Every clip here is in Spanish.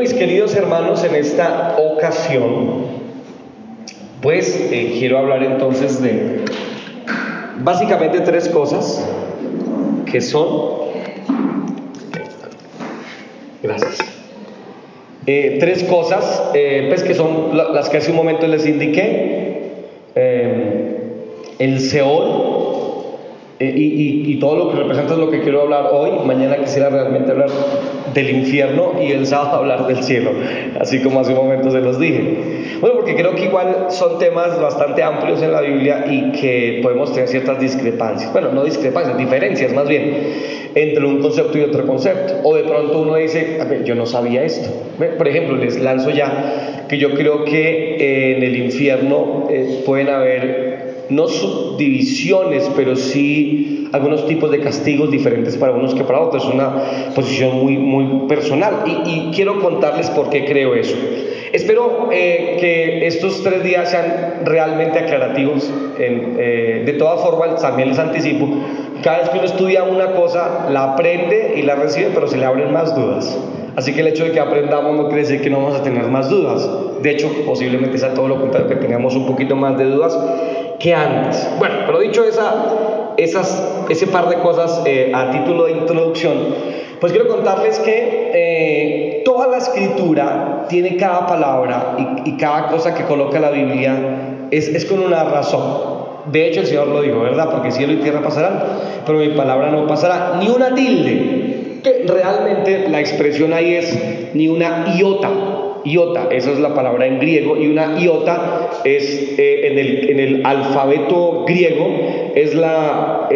mis queridos hermanos, en esta ocasión, pues quiero hablar entonces de básicamente tres cosas que son, gracias, tres cosas, pues que son las que hace un momento les indiqué, el Seol, y todo lo que representa es lo que quiero hablar hoy. Mañana quisiera realmente hablar del infierno y el sábado hablar del cielo, así como hace un momento se los dije. Bueno, porque creo que igual son temas bastante amplios en la Biblia y que podemos tener ciertas discrepancias, bueno, no discrepancias, diferencias más bien, entre un concepto y otro concepto. O de pronto uno dice, a ver, yo no sabía esto. Por ejemplo, les lanzo ya que yo creo que en el infierno pueden haber no subdivisiones, pero sí algunos tipos de castigos diferentes para unos que para otros. Es una posición muy personal y quiero contarles por qué creo eso. Espero que estos 3 días sean realmente aclarativos. De todas formas, también les anticipo, cada vez que uno estudia una cosa, la aprende y la recibe, pero se le abren más dudas. Así que el hecho de que aprendamos no quiere decir que no vamos a tener más dudas. De hecho, posiblemente sea todo lo contrario, que tengamos un poquito más de dudas que antes. Bueno, pero dicho ese par de cosas a título de introducción, pues quiero contarles que toda la escritura tiene cada palabra y cada cosa que coloca la Biblia es con una razón. De hecho, el Señor lo dijo, ¿verdad? Porque cielo y tierra pasarán, pero mi palabra no pasará. Ni una tilde, que realmente la expresión ahí es ni una iota. Iota, esa es la palabra en griego, y una iota es en el alfabeto griego es la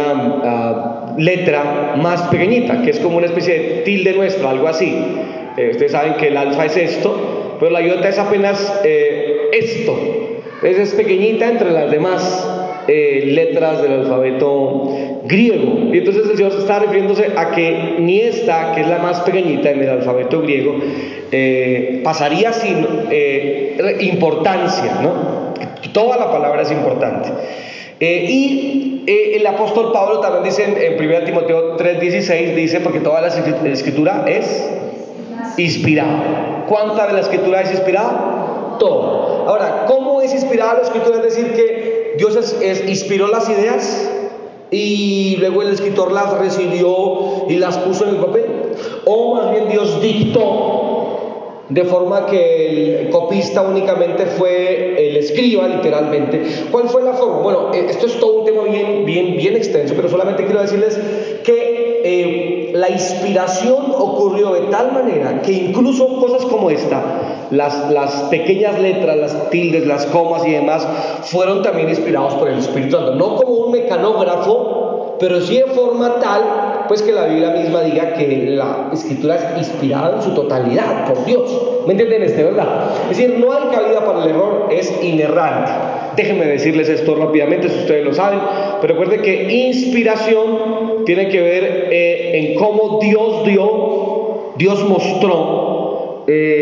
letra más pequeñita, que es como una especie de tilde nuestra, algo así. Ustedes saben que el alfa es esto, pero la iota es apenas esto. Es pequeñita entre las demás letras del alfabeto griego. Y entonces el Señor se está refiriéndose a que ni esta, que es la más pequeñita en el alfabeto griego, pasaría sin importancia, ¿no? Toda la palabra es importante. Y el apóstol Pablo también dice en 1 Timoteo 3:16, dice, porque toda la escritura es inspirada. ¿Cuánta de la escritura es inspirada? Todo. Ahora, ¿cómo es inspirada la escritura? Es decir, que Dios inspiró las ideas y luego el escritor las recibió y las puso en el papel, o más bien Dios dictó, de forma que el copista únicamente fue el escriba, literalmente. ¿Cuál fue la forma? Bueno, esto es todo un tema bien extenso, pero solamente quiero decirles que la inspiración ocurrió de tal manera que incluso cosas como esta, las pequeñas letras, las tildes, las comas y demás, fueron también inspirados por el Espíritu Santo, no como un mecanógrafo, pero sí de forma tal pues que la Biblia misma diga que la escritura es inspirada en su totalidad por Dios. ¿Me entienden verdad? Es decir, no hay cabida para el error, es inerrante. Déjenme decirles esto rápidamente, si ustedes lo saben, pero recuerden que inspiración tiene que ver en cómo Dios mostró.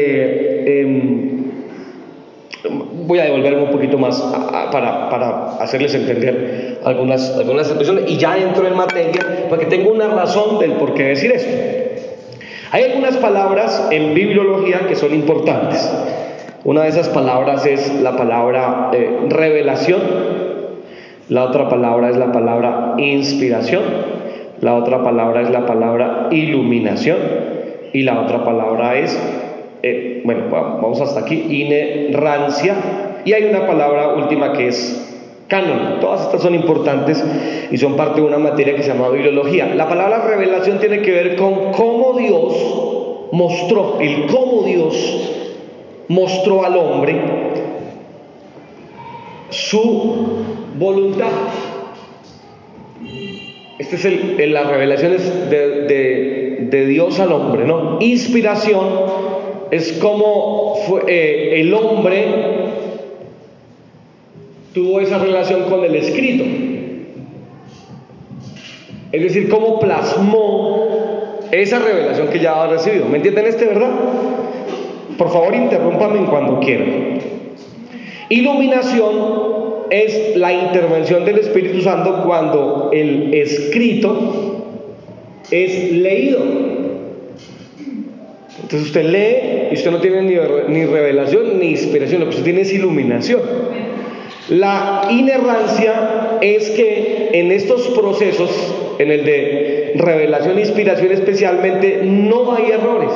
Voy a devolverme un poquito más para hacerles entender algunas situaciones, y ya entro en materia porque tengo una razón del por qué decir esto. Hay algunas palabras en bibliología que son importantes. Una de esas palabras es la palabra revelación, la otra palabra es la palabra inspiración, la otra palabra es la palabra iluminación y la otra palabra es vamos hasta aquí, inerrancia, y hay una palabra última que es canon. Todas estas son importantes y son parte de una materia que se llama bibliología. La palabra revelación tiene que ver con cómo Dios mostró al hombre su voluntad. Esta es las revelaciones de Dios al hombre, ¿no? Inspiración es como el hombre tuvo esa relación con el escrito, es decir, cómo plasmó esa revelación que ya ha recibido. ¿Me entienden verdad? Por favor, interrúmpame cuando quieran. Iluminación es la intervención del Espíritu Santo cuando el escrito es leído. Entonces usted lee y usted no tiene ni revelación ni inspiración, lo que usted tiene es iluminación. La inerrancia es que en estos procesos, en el de revelación e inspiración especialmente, no hay errores.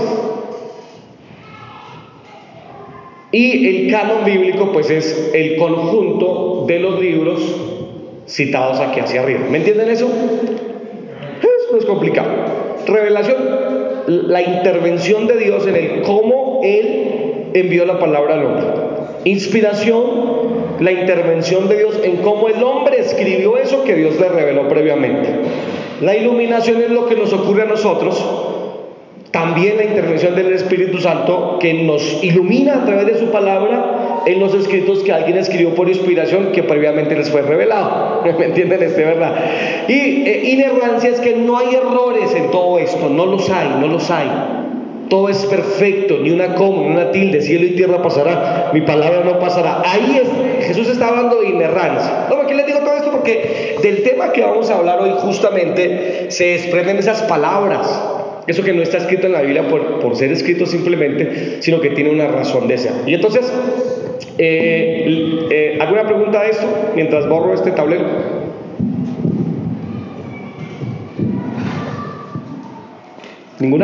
Y el canon bíblico pues es el conjunto de los libros citados aquí hacia arriba. ¿Me entienden eso? Eso no es complicado. Revelación, la intervención de Dios en el cómo Él envió la palabra al hombre. Inspiración, la intervención de Dios en cómo el hombre escribió eso que Dios le reveló previamente. La iluminación es lo que nos ocurre a nosotros. También la intervención del Espíritu Santo que nos ilumina a través de su palabra en los escritos que alguien escribió por inspiración que previamente les fue revelado. ¿Me entienden verdad? Y inerrancia es que no hay errores en todo esto, no los hay. Todo es perfecto, ni una coma, ni una tilde, cielo y tierra pasará, mi palabra no pasará. Ahí es, Jesús está hablando de inerrancia. ¿Por qué les digo todo esto? Porque del tema que vamos a hablar hoy justamente se desprenden esas palabras. Eso que no está escrito en la Biblia por ser escrito simplemente, sino que tiene una razón de ser. Y entonces, ¿alguna pregunta de esto mientras borro este tablero? ¿Ninguna?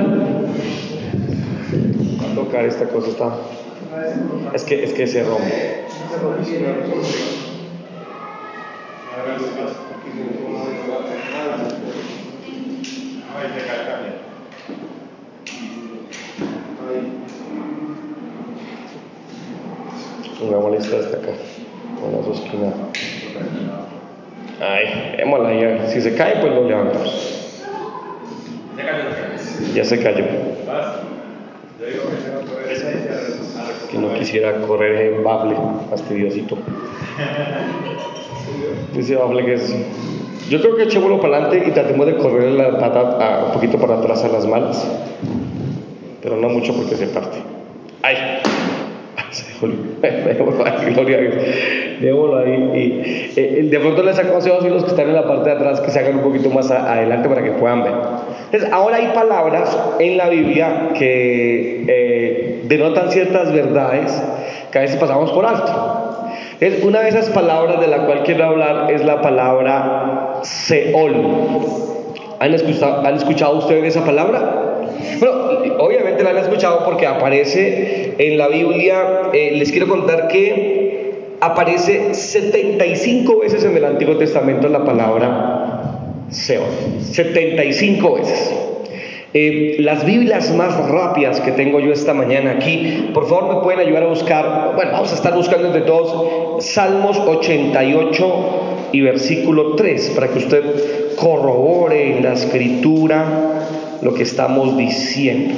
Va a tocar esta cosa, está. Es que se rompe. Pongámosle esta hasta acá, con la esquina. Ay, démosla ya. Si se cae, pues lo levantamos. Ya se cayó. Que no quisiera correr en bafle, fastidiosito. Dice bafle que es. Yo creo que echémoslo para adelante y tratemos de correr la pata un poquito para atrás a las malas. Pero no mucho porque se parte. ¡Ay! Gloria a Dios. Démoslo ahí. Y de pronto les aconsejo a los que están en la parte de atrás que se hagan un poquito más adelante para que puedan ver. Entonces, ahora hay palabras en la Biblia que denotan ciertas verdades que a veces pasamos por alto. Una de esas palabras de la cual quiero hablar es la palabra Seol. ¿Han escuchado ustedes esa palabra? Bueno, obviamente la han escuchado porque aparece en la Biblia. Les quiero contar que aparece 75 veces en el Antiguo Testamento la palabra Seol. 75 veces. Las Biblias más rápidas que tengo yo esta mañana aquí, por favor me pueden ayudar a buscar. Bueno, vamos a estar buscando entre todos Salmos 88 y versículo 3 para que usted corrobore en la escritura lo que estamos diciendo.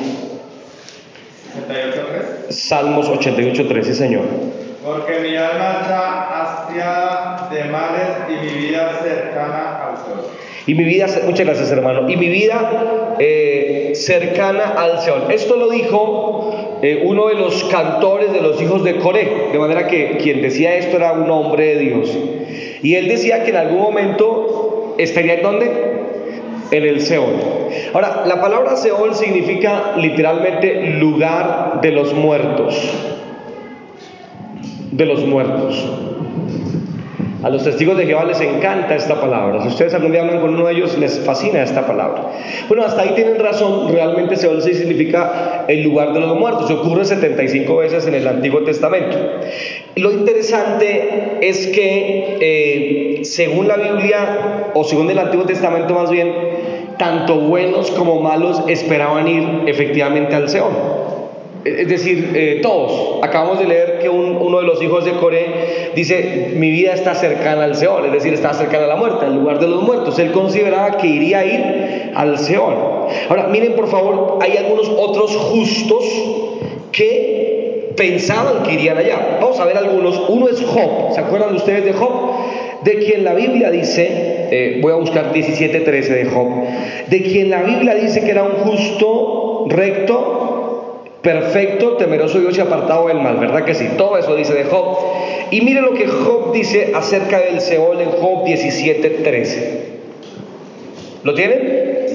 88:3. Salmos 88:3, sí señor. Porque mi alma está hastiada de males y mi vida cercana al Seol. Y mi vida, muchas gracias hermano, y mi vida cercana al Seol. Esto lo dijo uno de los cantores de los hijos de Coré, de manera que quien decía esto era un hombre de Dios. Y él decía que en algún momento estaría ¿en dónde? En el Seol. Ahora, la palabra Seol significa literalmente lugar de los muertos. De los muertos. A los testigos de Jehová les encanta esta palabra. Si ustedes algún día hablan con uno de ellos, les fascina esta palabra. Bueno, hasta ahí tienen razón. Realmente Seol sí significa el lugar de los muertos. Ocurre 75 veces en el Antiguo Testamento. Lo interesante es que según la Biblia, o según el Antiguo Testamento más bien, tanto buenos como malos esperaban ir efectivamente al Seol. Es decir, todos. Acabamos de leer que uno de los hijos de Coré dice: mi vida está cercana al Seol, es decir, está cercana a la muerte, al lugar de los muertos. Él consideraba que iría a ir al Seol. Ahora, miren por favor, hay algunos otros justos que pensaban que irían allá. Vamos a ver algunos. Uno es Job. ¿Se acuerdan ustedes de Job? De quien la Biblia dice, voy a buscar 17:13 de Job, de quien la Biblia dice que era un justo, recto, perfecto, temeroso de Dios y apartado del mal, ¿verdad que sí? Todo eso dice de Job. Y mire lo que Job dice acerca del Seol en Job 17:13. ¿Lo tienen? Sí.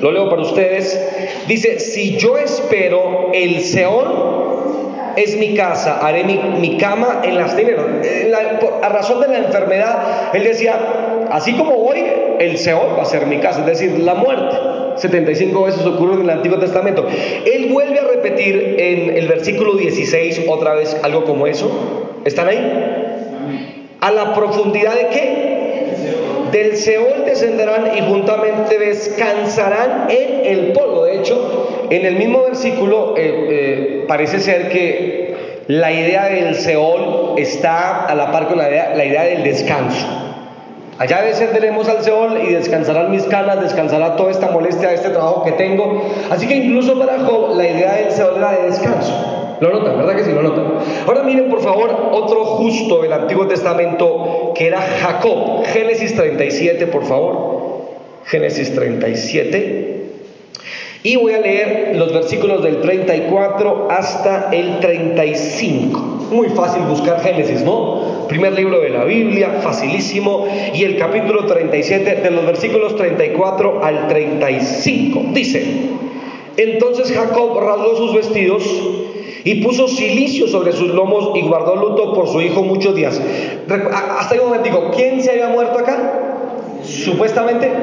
lo leo para ustedes. Dice: si yo espero el Seol, es mi casa, haré mi cama en las tinieblas. A razón de la enfermedad, él decía: así como voy, el Seol va a ser mi casa, es decir, la muerte. 75 veces ocurre en el Antiguo Testamento. Él vuelve a repetir en el versículo 16 otra vez algo como eso. ¿Están ahí? ¿A la profundidad de qué? Del Seol descenderán y juntamente descansarán en el polvo. De hecho, en el mismo versículo parece ser que la idea del Seol está a la par con la idea del descanso. Allá descenderemos al Seol y descansarán mis canas, descansará toda esta molestia, este trabajo que tengo. Así que incluso para Job la idea del Seol era de descanso. ¿Lo notan? ¿Verdad que sí? Lo notan. Ahora miren por favor otro justo del Antiguo Testamento, que era Jacob. Génesis 37, por favor. Génesis 37. Y voy a leer los versículos del 34 hasta el 35. Muy fácil buscar Génesis, ¿no? Primer libro de la Biblia, facilísimo. Y el capítulo 37, de los versículos 34 al 35. Dice: entonces Jacob rasgó sus vestidos y puso cilicio sobre sus lomos y guardó luto por su hijo muchos días. Hasta ahí un momentico, ¿quién se había muerto acá? Supuestamente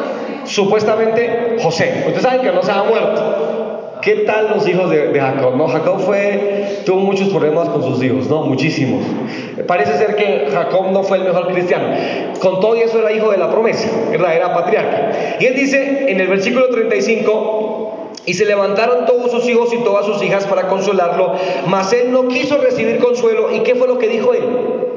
José. Ustedes saben que no se había muerto. ¿Qué tal los hijos de Jacob? ¿No? Jacob tuvo muchos problemas con sus hijos, ¿no? Muchísimos. Parece ser que Jacob no fue el mejor cristiano. Con todo y eso era hijo de la promesa, ¿verdad? Era patriarca. Y él dice en el versículo 35: y se levantaron todos sus hijos y todas sus hijas para consolarlo, mas él no quiso recibir consuelo. ¿Y qué fue lo que dijo él?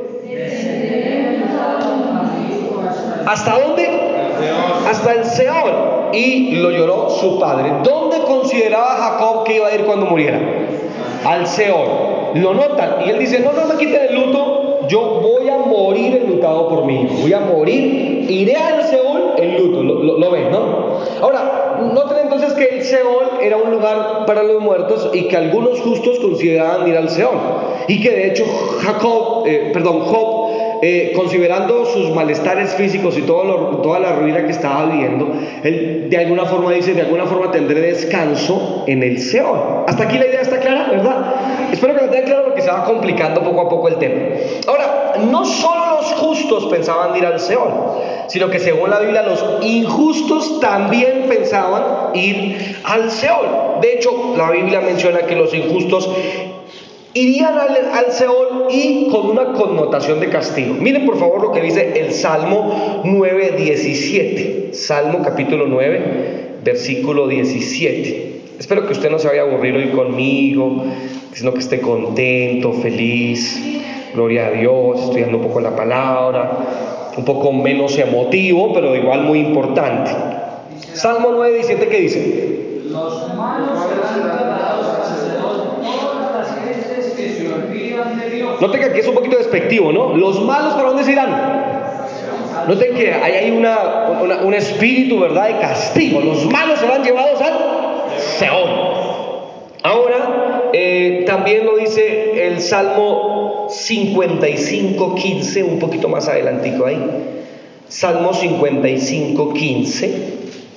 ¿Hasta dónde? Hasta el Seol. Y lo lloró su padre. ¿Dónde consideraba Jacob que iba a ir cuando muriera? Al Seol. Lo notan. Y él dice: no me quiten el luto, yo voy a morir enlutado por mí. Voy a morir, iré al Seol en luto. Lo ven, ¿no? Ahora, noten entonces que el Seol era un lugar para los muertos y que algunos justos consideraban ir al Seol. Y que de hecho Job, considerando sus malestares físicos y toda la ruina que estaba viviendo, él de alguna forma dice: de alguna forma tendré descanso en el Seol. Hasta aquí la idea está clara, ¿verdad? Espero que lo tengan claro, porque se va complicando poco a poco el tema. Ahora, no solo los justos pensaban ir al Seol, sino que según la Biblia los injustos también pensaban ir al Seol. De hecho, la Biblia menciona que los injustos irían al Seol, y con una connotación de castigo. Miren por favor lo que dice el Salmo 9:17. Salmo capítulo 9, versículo 17. Espero que usted no se vaya a aburrir hoy conmigo, sino que esté contento, feliz, gloria a Dios, estudiando un poco la palabra, un poco menos emotivo, pero igual muy importante. Salmo 9:17, ¿qué dice? Los malos serán tratados al Seol, todas las gentes que se olvidan de Dios. Noten que aquí es un poquito despectivo, ¿no? Los malos, ¿para dónde se irán? Noten que ahí hay un espíritu, ¿verdad?, de castigo. Los malos serán llevados al Seol. Ahora, también lo dice el Salmo 55:15, un poquito más adelantico ahí. Salmo 55:15.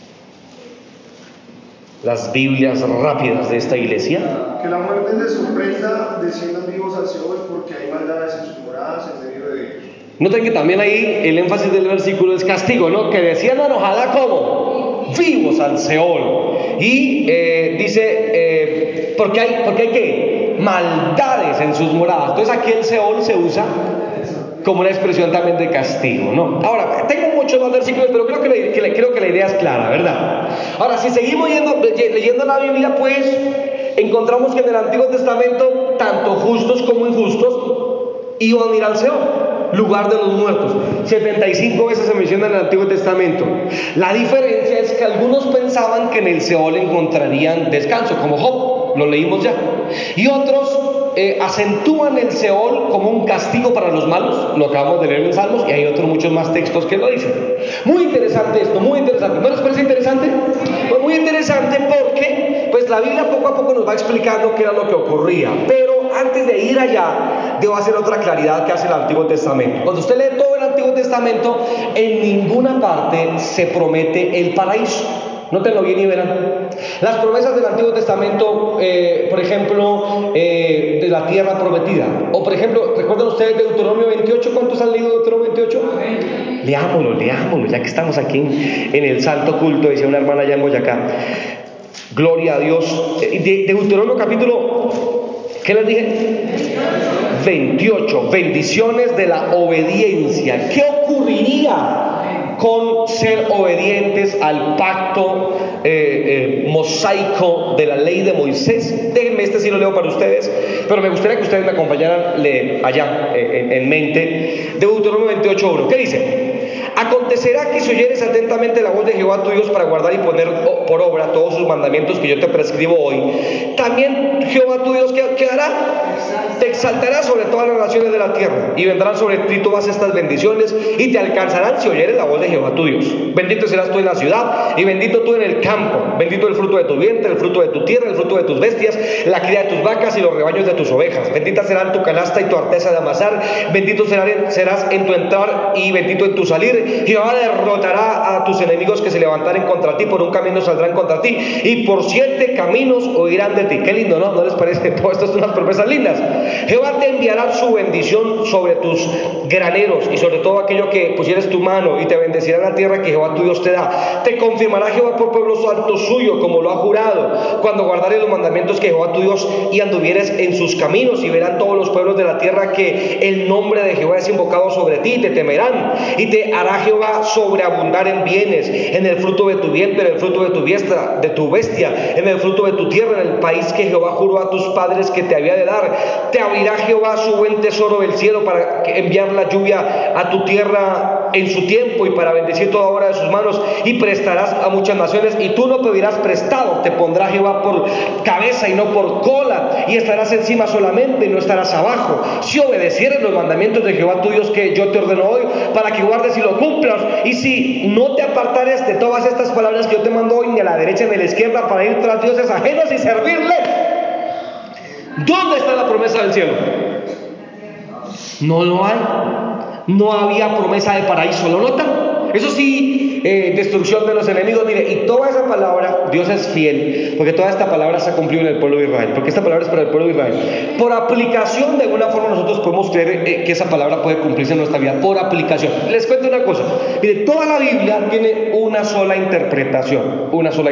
Las Biblias rápidas de esta iglesia. Que la muerte les sorprenda, desciendan vivos al Seol, porque hay maldades en sus moradas en medio de ellos. Noten que también ahí el énfasis del versículo es castigo, ¿no? Que desciendan, ojalá, ¿cómo? Vivos al Seol. Y dice, porque hay ¿qué? Maldades en sus moradas. Entonces aquí el Seol se usa como una expresión también de castigo, ¿no? Ahora, tengo muchos más versículos, pero creo que la idea es clara, ¿verdad? Ahora, si seguimos leyendo la Biblia, pues encontramos que en el Antiguo Testamento tanto justos como injustos iban a ir al Seol, lugar de los muertos. 75 veces se menciona en el Antiguo Testamento. La diferencia es que algunos pensaban que en el Seol encontrarían descanso, como Job, lo leímos ya, y otros acentúan el Seol como un castigo para los malos. Lo acabamos de leer en Salmos, y hay otros muchos más textos que lo dicen. Muy interesante esto, muy interesante. ¿No les parece interesante? Pues muy interesante, porque pues la Biblia poco a poco nos va explicando qué era lo que ocurría. Pero antes de ir allá, debo hacer otra claridad que hace el Antiguo Testamento. Cuando usted lee todo el Antiguo Testamento, en ninguna parte se promete el paraíso. Nótenlo bien y verán. Las promesas del Antiguo Testamento, por ejemplo, de la tierra prometida. O por ejemplo, ¿recuerdan ustedes Deuteronomio 28? ¿Cuántos han leído Deuteronomio 28? Leámoslo, ya que estamos aquí en el Santo Culto, decía una hermana allá en Boyacá. Gloria a Dios. Deuteronomio capítulo, ¿qué les dije? 28. Bendiciones de la obediencia. ¿Qué ocurriría con ser obedientes al pacto mosaico de la ley de Moisés? Déjenme, sí lo leo para ustedes, pero me gustaría que ustedes me acompañaran allá en mente. Deuteronomio 28:1. ¿Qué dice? Acontecerá que si oyeres atentamente la voz de Jehová tu Dios para guardar y poner por obra todos sus mandamientos que yo te prescribo hoy, también Jehová tu Dios, ¿qué hará? Te exaltará sobre todas las naciones de la tierra, y vendrán sobre ti todas estas bendiciones, y te alcanzarán si oyeres la voz de Jehová tu Dios. Bendito serás tú en la ciudad, y bendito tú en el campo. Bendito el fruto de tu vientre, el fruto de tu tierra, el fruto de tus bestias, la cría de tus vacas y los rebaños de tus ovejas. Bendita serán tu canasta y tu arteza de amasar. Bendito serás en tu entrar y bendito en tu salir. Jehová derrotará a tus enemigos que se levantaren contra ti. Por un camino saldrán contra ti, y por 7 caminos huirán de ti. Qué lindo, ¿no? ¿No les parece? Todo esto son unas promesas lindas. Jehová te enviará su bendición sobre tus graneros y sobre todo aquello que pusieres tu mano, y te bendecirá la tierra que Jehová tu Dios te da. Te confirmará Jehová por pueblo santo suyo, como lo ha jurado, cuando guardares los mandamientos que Jehová tu Dios y anduvieres en sus caminos. Y verán todos los pueblos de la tierra que el nombre de Jehová es invocado sobre ti, y te temerán. Y te hará Jehová sobreabundar en bienes, en el fruto de tu vientre, en el fruto de tu bestia, en el fruto de tu tierra, en el país que Jehová juró a tus padres que te había de dar. Te abrirá Jehová su buen tesoro del cielo para enviar la lluvia a tu tierra en su tiempo, y para bendecir toda obra de sus manos, y prestarás a muchas naciones, y tú no pedirás prestado. Te pondrá Jehová por cabeza y no por cola, y estarás encima solamente y no estarás abajo, si obedecieres los mandamientos de Jehová tu Dios que yo te ordeno hoy, para que guardes y lo cumplas. Y si no te apartares de todas estas palabras que yo te mando hoy, ni a la derecha ni a la izquierda, para ir tras dioses ajenos y servirles. ¿Dónde está la promesa del cielo? No lo hay. No había promesa de paraíso, ¿lo notan? Eso sí, destrucción de los enemigos. Mire, y toda esa palabra, Dios es fiel, porque toda esta palabra se ha cumplido en el pueblo de Israel, porque esta palabra es para el pueblo de Israel. Por aplicación, de alguna forma nosotros podemos creer que esa palabra puede cumplirse en nuestra vida, por aplicación. Les cuento una cosa, mire, toda la Biblia tiene una sola interpretación,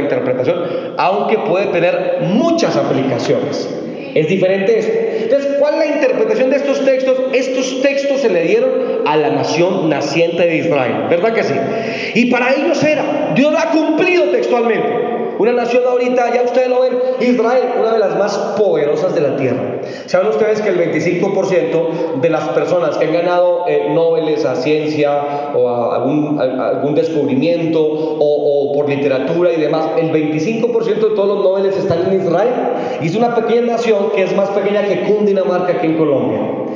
aunque puede tener muchas aplicaciones. Es diferente esto. Entonces, ¿cuál es la interpretación de estos textos? Estos textos se le dieron a la nación naciente de Israel, ¿verdad que sí? Y para ellos era, Dios lo ha cumplido textualmente. Una nación ahorita, ya ustedes lo ven, Israel, una de las más poderosas de la tierra. ¿Saben ustedes que el 25% de las personas que han ganado Nobeles a ciencia o a algún descubrimiento o por literatura y demás, el 25% de todos los Nobeles están en Israel? Y es una pequeña nación que es más pequeña que Cundinamarca aquí en Colombia.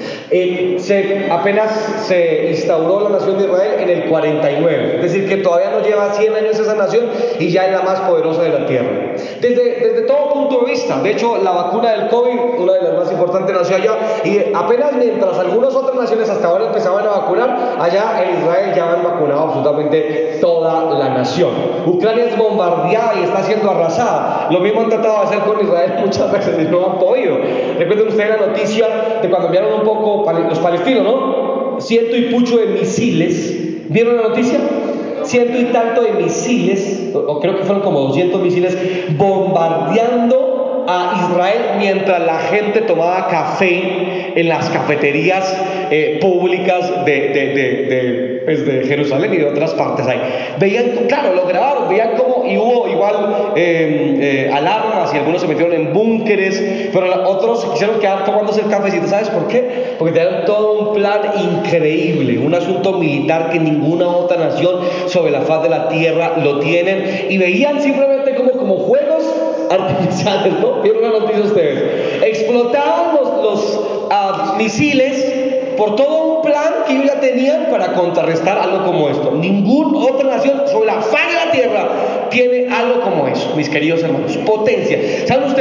Apenas se instauró la nación de Israel en el 49, es decir que todavía no lleva 100 años esa nación y ya es la más poderosa de la tierra. Desde todo punto de vista, de hecho la vacuna del COVID, una de las más importantes, nació allá, y apenas mientras algunas otras naciones hasta ahora empezaban a vacunar, allá en Israel ya han vacunado absolutamente toda la nación. Ucrania es bombardeada y está siendo arrasada. Lo mismo han tratado de hacer con Israel muchas veces y no han podido. Recuerden ustedes la noticia de cuando enviaron un poco los palestinos, ¿no? 100 y pucho de misiles. ¿Vieron la noticia? 100 y tanto de misiles, o creo que fueron como 200 misiles, bombardeando a Israel mientras la gente tomaba café en las cafeterías públicas de Jerusalén y de otras partes ahí. Veían, claro, lo grabaron, veían cómo, y hubo igual alarmas, y algunos se metieron en búnkeres, pero otros se quisieron quedar tomándose el cafecito. ¿Sabes por qué? Porque tenían todo un plan increíble, un asunto militar que ninguna otra nación sobre la faz de la tierra lo tienen, y veían simplemente como juegos artificiales, ¿no? ¿Vieron la noticia ustedes? Explotaban los misiles por todo un plan que ellos ya tenían para contrarrestar algo como esto. Ninguna otra nación sobre la faz de la tierra tiene algo como eso, mis queridos hermanos. Potencia. ¿Saben ustedes que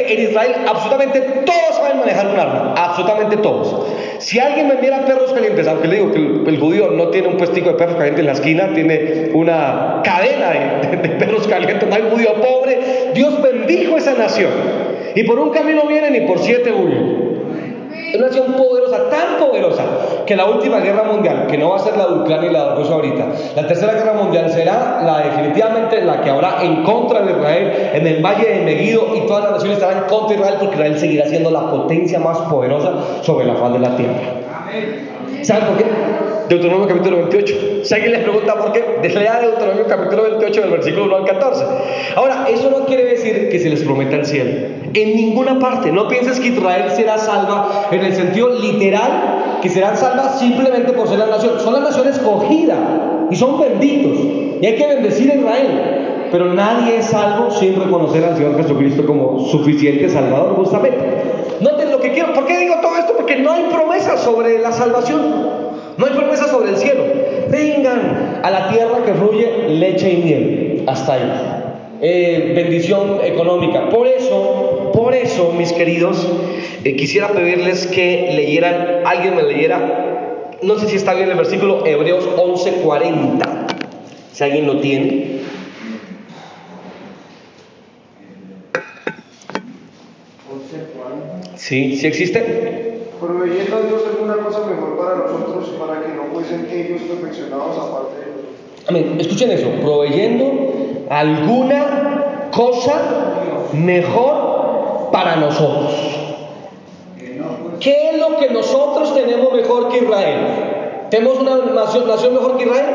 que en Israel absolutamente todos saben manejar un arma, absolutamente todos. Si alguien me enviara perros calientes, aunque le digo que el judío no tiene un puestico de perros calientes en la esquina, tiene una cadena de perros calientes, no hay un judío pobre. Dios bendijo esa nación, y por un camino vienen y por 7 huyen. Es una nación poderosa, tan poderosa, que la última guerra mundial, que no va a ser la de Ucrania y la de Rusia ahorita, la tercera guerra mundial será definitivamente la que habrá en contra de Israel, en el valle de Megiddo, y todas las naciones estarán contra Israel, porque Israel seguirá siendo la potencia más poderosa sobre la faz de la tierra. ¿Saben por qué? Deuteronomio capítulo 28. Si alguien les pregunta por qué, lea Deuteronomio capítulo 28 del versículo 1 al 14. Ahora, eso no quiere decir que se les prometa el cielo. En ninguna parte. No pienses que Israel será salva en el sentido literal, que serán salvas simplemente por ser la nación. Son la nación escogida y son benditos. Y hay que bendecir a Israel. Pero nadie es salvo sin reconocer al Señor Jesucristo como suficiente Salvador, justamente. Noten lo que quiero. ¿Por qué digo todo esto? Porque no hay promesa sobre la salvación. No hay promesa sobre el cielo. Vengan a la tierra que fluye leche y miel. Hasta ahí. Bendición económica. Por eso, mis queridos, quisiera pedirles que leyeran, alguien me leyera, no sé si está bien el versículo, Hebreos 11:40. Si alguien lo tiene. Sí, ¿sí existe? Proveyendo a Dios alguna cosa mejor para nosotros, para que no fuesen ellos perfeccionados aparte de nosotros. Amén. Escuchen eso, proveyendo alguna cosa mejor para nosotros. ¿Qué es lo que nosotros tenemos mejor que Israel? ¿Tenemos una nación mejor que Israel?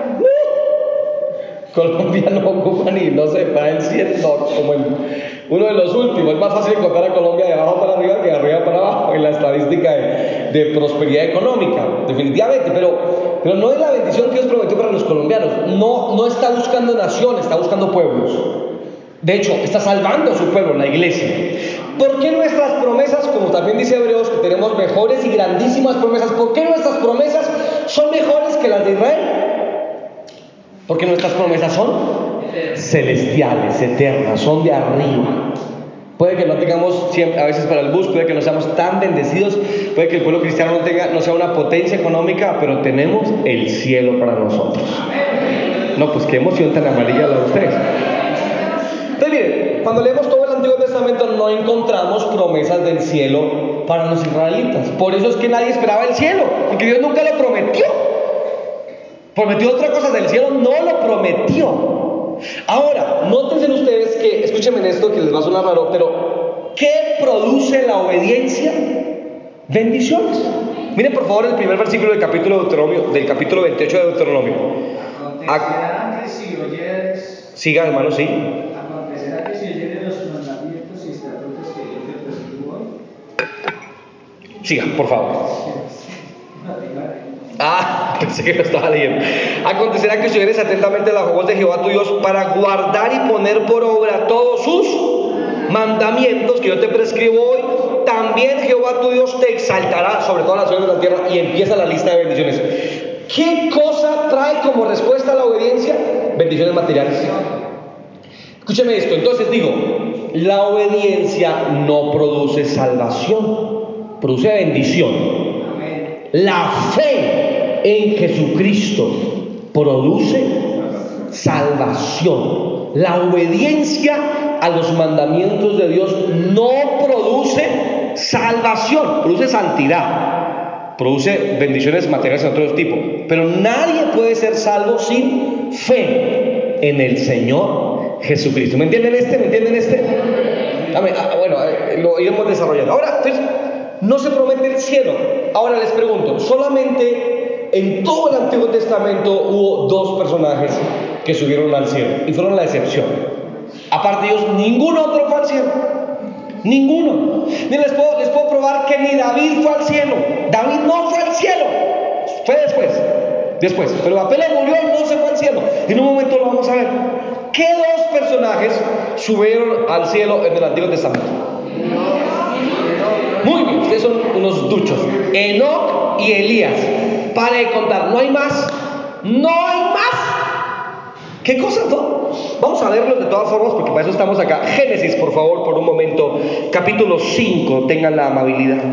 Colombia no ocupa ni, no sé, para el 100, no, como uno de los últimos. Es más fácil encontrar a Colombia de abajo para arriba que de arriba para abajo en la estadística de prosperidad económica, definitivamente. Pero no es la bendición que Dios prometió para los colombianos. No está buscando naciones, está buscando pueblos. De hecho, está salvando a su pueblo, la iglesia. ¿Por qué nuestras promesas, como también dice Hebreos, que tenemos mejores y grandísimas promesas, por qué nuestras promesas son mejores que las de Israel? Porque nuestras promesas son celestiales, eternas, son de arriba. Puede que no tengamos a veces para el bus, puede que no seamos tan bendecidos, puede que el pueblo cristiano no sea una potencia económica, pero tenemos el cielo para nosotros. No, pues qué emoción tan amarilla la de ustedes. Entonces miren, cuando leemos todo el Antiguo Testamento no encontramos promesas del cielo para los israelitas. Por eso es que nadie esperaba el cielo, porque Dios nunca lo prometió. Prometió otra cosa del cielo, no lo prometió. Ahora, nótense ustedes que, escúchenme en esto que les va a sonar raro, pero ¿qué produce la obediencia? Bendiciones. Miren por favor el primer versículo del capítulo 28 de Deuteronomio. Acontecerá que si oyeres, siga hermano, sí. acontecerá que si oyeres los mandamientos y estatutos que yo te prescribo hoy. Siga, por favor. Pensé que lo estaba leyendo. Acontecerá que si oyeres atentamente la voz de Jehová tu Dios para guardar y poner por obra todos sus mandamientos que yo te prescribo hoy, también Jehová tu Dios te exaltará sobre todas las naciones de la tierra. Y empieza la lista de bendiciones. ¿Qué cosa trae como respuesta a la obediencia? Bendiciones materiales. Escúcheme esto. Entonces digo, la obediencia no produce salvación, produce bendición. La fe en Jesucristo produce salvación. La obediencia a los mandamientos de Dios no produce salvación, produce santidad, produce bendiciones materiales de otro tipo. Pero nadie puede ser salvo sin fe en el Señor Jesucristo. ¿Me entienden este? Bueno, lo iremos desarrollando. Ahora, entonces, no se promete el cielo. Ahora les pregunto, solamente en todo el Antiguo Testamento hubo 2 personajes que subieron al cielo y fueron la excepción. Aparte de ellos, ningún otro fue al cielo. Ninguno. Miren, les puedo probar que ni David fue al cielo. David no fue al cielo. Fue después. Pero apenas murió no se fue al cielo. En un momento lo vamos a ver. ¿Qué 2 personajes subieron al cielo en el Antiguo Testamento? Muy bien, ustedes son unos duchos. Enoc y Elías. Para de contar, no hay más. ¿Qué cosas, no? Vamos a verlo de todas formas porque para eso estamos acá. Génesis, por favor, por un momento. Capítulo 5, tengan la amabilidad.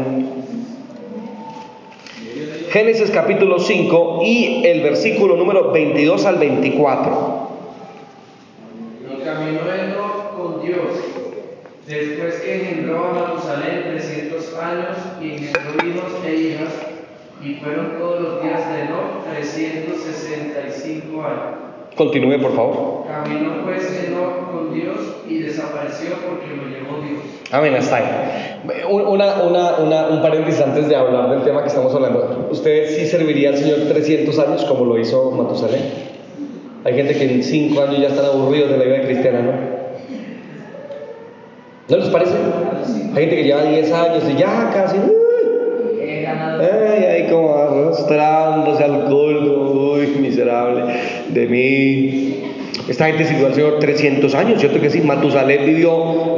Génesis capítulo 5 y el versículo número 22 al 24. Y caminó Enoc con Dios, después que engendró a Matusalén 300 años y engendró hijos e hijas, y fueron todos los días de Enoc 365 años. Continúe, por favor. Caminó pues Enoc con Dios y desapareció porque lo llevó Dios. Amén, hasta ahí. Un paréntesis antes de hablar del tema que estamos hablando. ¿Usted sí serviría al Señor 300 años como lo hizo Matusalén? Hay gente que en 5 años ya están aburridos de la vida cristiana, ¿no? ¿No les parece? Hay gente que lleva 10 años y ya casi... ahí como arrastrándose al culto. Uy, miserable de mí. Esta gente sirvió al Señor 300 años, ¿cierto que sí? Matusalén vivió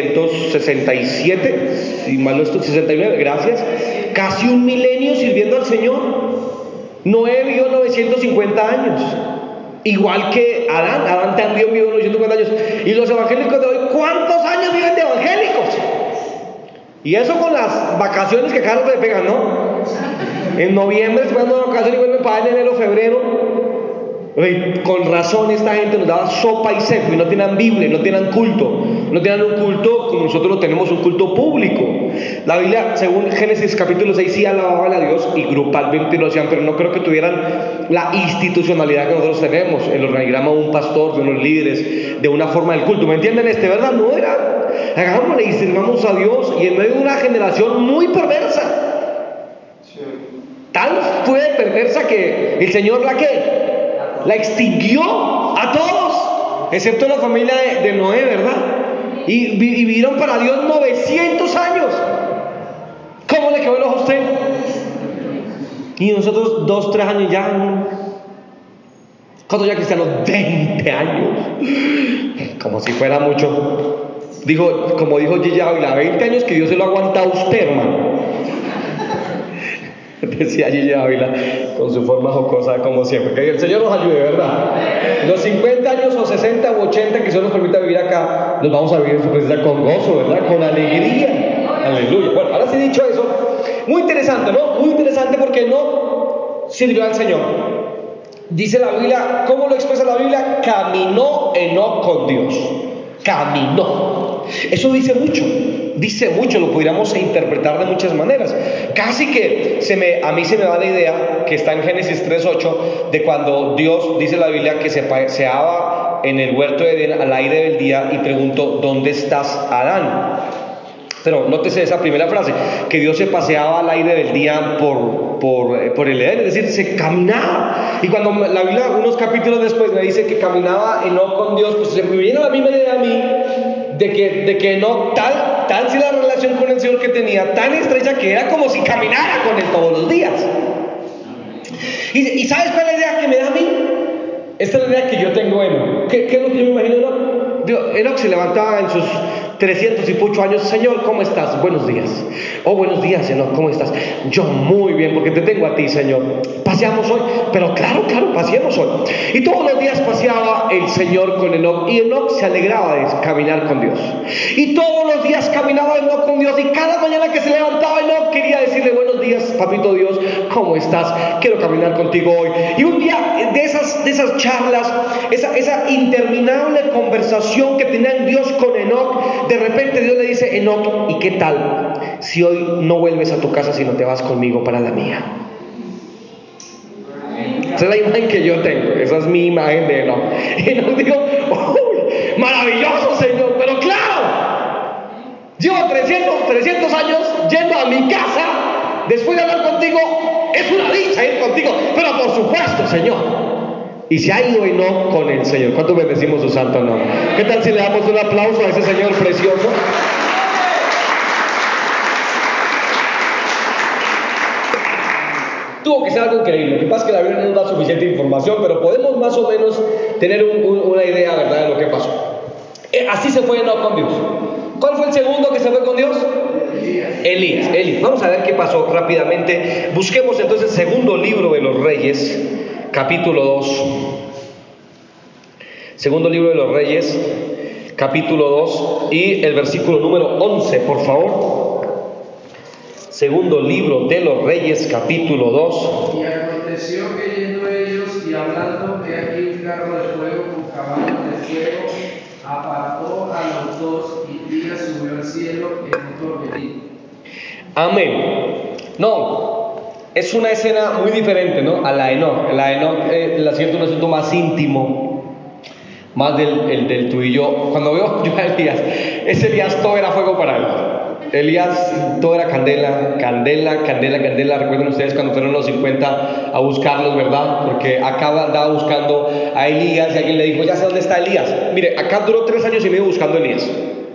967, y malo esto, 69, gracias. Casi un milenio sirviendo al Señor. Noé vivió 950 años, igual que Adán. Adán también vivió 950 años. Y los evangélicos de hoy, ¿cuántos años viven de evangélicos? Y eso con las vacaciones que Carlos le pegan, ¿no? En noviembre se van de vacaciones y vuelven para en enero, febrero. Con razón esta gente nos daba sopa y seco y no tenían Biblia, no tenían culto. No tenían un culto como nosotros lo tenemos, un culto público. La Biblia, según Génesis capítulo 6, sí alababan a Dios y grupalmente lo hacían, pero no creo que tuvieran la institucionalidad que nosotros tenemos, el organigrama de un pastor, de unos líderes, de una forma del culto. ¿Me entienden ¿verdad? No era. Hagámosle y sirvamos a Dios, y en medio de una generación muy perversa. Tan fue perversa que el Señor la extinguió a todos, excepto la familia de Noé, ¿verdad? Y vivieron para Dios 900 años. ¿Cómo le quedó el ojo a usted? Y nosotros 2, 3 años ya. ¿Cuántos ya cristianos? 20 años. Como si fuera mucho. Como dijo Gigi Ávila, 20 años que Dios se lo aguanta a usted, hermano. Decía Gigi Ávila con su forma jocosa como siempre. Que el Señor nos ayude, ¿verdad? Los 50 años o 60 o 80 que Dios nos permita vivir acá, los vamos a vivir en su presencia con gozo, ¿verdad? Con alegría. Aleluya. Bueno, ahora sí dicho eso, muy interesante, ¿no? Muy interesante porque no sirvió al Señor. Dice la Biblia, ¿cómo lo expresa la Biblia? Caminó Enoc con Dios. Caminó. Eso dice mucho, lo podríamos interpretar de muchas maneras. Casi que a mí se me da la idea que está en Génesis 3:8 de cuando Dios, dice la Biblia, que se paseaba en el huerto de Edén al aire del día y preguntó, ¿dónde estás, Adán? Pero nótese esa primera frase, que Dios se paseaba al aire del día por el Edén, es decir, se caminaba. Y cuando la Biblia, unos capítulos después, me dice que caminaba Enoc con Dios, pues se me viene la misma idea a mí de que Enoc, tal si la relación con el Señor que tenía, tan estrecha que era como si caminara con Él todos los días. ¿Y sabes cuál es la idea que me da a mí? Esta es la idea que yo tengo de Enoc. ¿Qué es lo que yo me imagino de Enoc? Enoc se levantaba en sus 308 años. Señor, ¿cómo estás? Buenos días. Oh, buenos días, Enoc, ¿cómo estás? Yo muy bien, porque te tengo a ti, Señor. Paseamos hoy, pero claro, paseamos hoy. Y todos los días paseaba el Señor con Enoc, y Enoc se alegraba de caminar con Dios. Y todos los días caminaba Enoc con Dios, y cada mañana que se levantaba Enoc quería decirle, buenos días, papito Dios, ¿cómo estás? Quiero caminar contigo hoy. Y un día de esas charlas, esa interminable conversación que tenían Dios con Enoc, de repente Dios le dice, Enoc, ¿y qué tal si hoy no vuelves a tu casa sino te vas conmigo para la mía? Esa es la imagen que yo tengo, esa es mi imagen de Enoc. Y Enoc dijo, ¡uy, maravilloso, Señor! Pero claro, llevo 300 años yendo a mi casa después de hablar contigo, es una dicha ir contigo, pero por supuesto, Señor. Y se ha ido Enoc con el Señor. ¿Cuánto bendecimos su santo nombre? ¿Qué tal si le damos un aplauso a ese Señor precioso? Tuvo que ser algo increíble. Lo que pasa es que la Biblia no nos da suficiente información, pero podemos más o menos tener una idea, ¿verdad?, de lo que pasó. Así se fue Enoc con Dios. ¿Cuál fue el segundo que se fue con Dios? Elías. Vamos a ver qué pasó rápidamente. Busquemos entonces el segundo libro de los Reyes, capítulo 2. Segundo libro de los Reyes, capítulo 2 y el versículo número 11, por favor. Segundo libro de los Reyes, capítulo 2. Y aconteció que yendo ellos y hablando, he aquí un carro de fuego con caballos de fuego apartó a los dos, y Elías subió al cielo en un torbellino. Amén. No, es una escena muy diferente, ¿no? A la de Enoc. La de Enoc, la siento un asunto más íntimo, más del tú y yo. Cuando veo yo a Elías, ese Elías todo era fuego para él. Elías todo era candela, candela, candela, candela. Recuerden ustedes cuando fueron los 50 a buscarlos, ¿verdad? Porque Acab andaba buscando a Elías y alguien le dijo, ya sé dónde está Elías. Mire, Acab duró 3 años y medio buscando a Elías.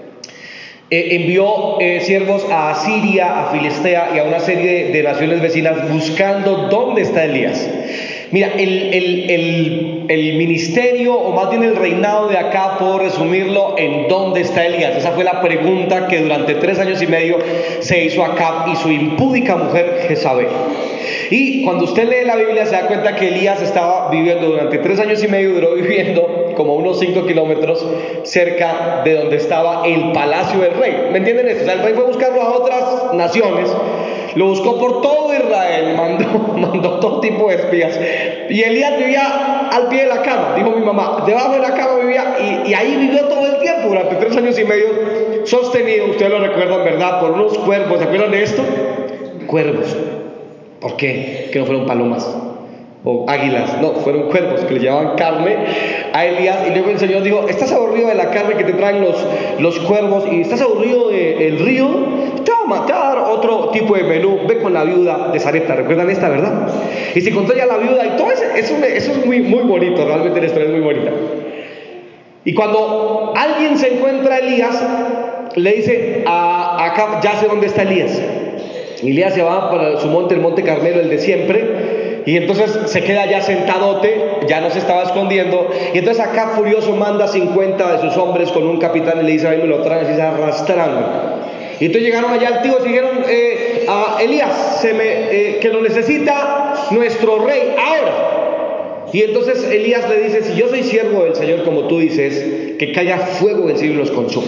Envió siervos a Siria, a Filistea y a una serie de naciones vecinas buscando dónde está Elías. Mira, el ministerio, o más bien el reinado de Acab, puedo resumirlo en dónde está Elías. Esa fue la pregunta que durante 3 años y medio se hizo Acab y su impúdica mujer Jezabel. Y cuando usted lee la Biblia se da cuenta que Elías estaba viviendo durante 3 años y medio, duró viviendo como unos 5 kilómetros cerca de donde estaba el palacio del rey. ¿Me entienden esto? O sea, el rey fue a buscarlo a otras naciones, lo buscó por todo Israel, mandó todo tipo de espías. Y Elías vivía al pie de la cama, dijo mi mamá, debajo de la cama vivía, y ahí vivió todo el tiempo, durante 3 años y medio, sostenido, ustedes lo recuerdan, ¿verdad?, por unos cuervos. ¿Se acuerdan de esto? Cuervos. ¿Por qué? Que no fueron palomas o águilas, no, fueron cuervos que le llevaban carne a Elías. Y luego el Señor dijo, ¿estás aburrido de la carne que te traen los cuervos? ¿Y estás aburrido del río? Te voy a dar otro tipo de menú. Ve con la viuda de Sarepta. ¿Recuerdan esta, verdad? Y se encontró ya la viuda y todo eso es muy, muy bonito. Realmente la historia es muy bonita. Y cuando alguien se encuentra a Elías, le dice a Acab, ya sé dónde está Elías. Elías se va para su monte, el monte Carmelo, el de siempre, y entonces se queda ya sentadote, ya no se estaba escondiendo. Y entonces Acab furioso manda 50 de sus hombres con un capitán y le dice, a mí me lo traen así arrastrando. Y entonces llegaron allá altivos y dijeron a Elías, que lo necesita nuestro rey ahora. Y entonces Elías le dice, si yo soy siervo del Señor como tú dices, que caiga fuego del cielo y los consuma.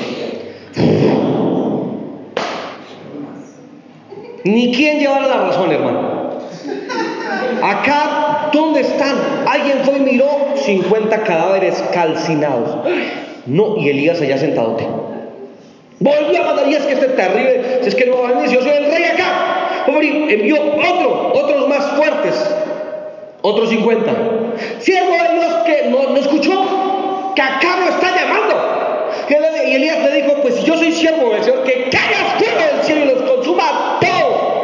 Ni quien llevara la razón, hermano. Acá, ¿dónde están? Alguien fue y miró 50 cadáveres calcinados. No, y Elías allá sentadote. Volvió a mandar, y es que este terrible, si es que no va a venir, si yo soy el rey acá. Envió otros más fuertes, otros 50. Siervo de Dios que no escuchó, que acá lo está llamando. Y Elías le dijo, pues si yo soy siervo del Señor, que caiga fuego del cielo y los consuma a todos.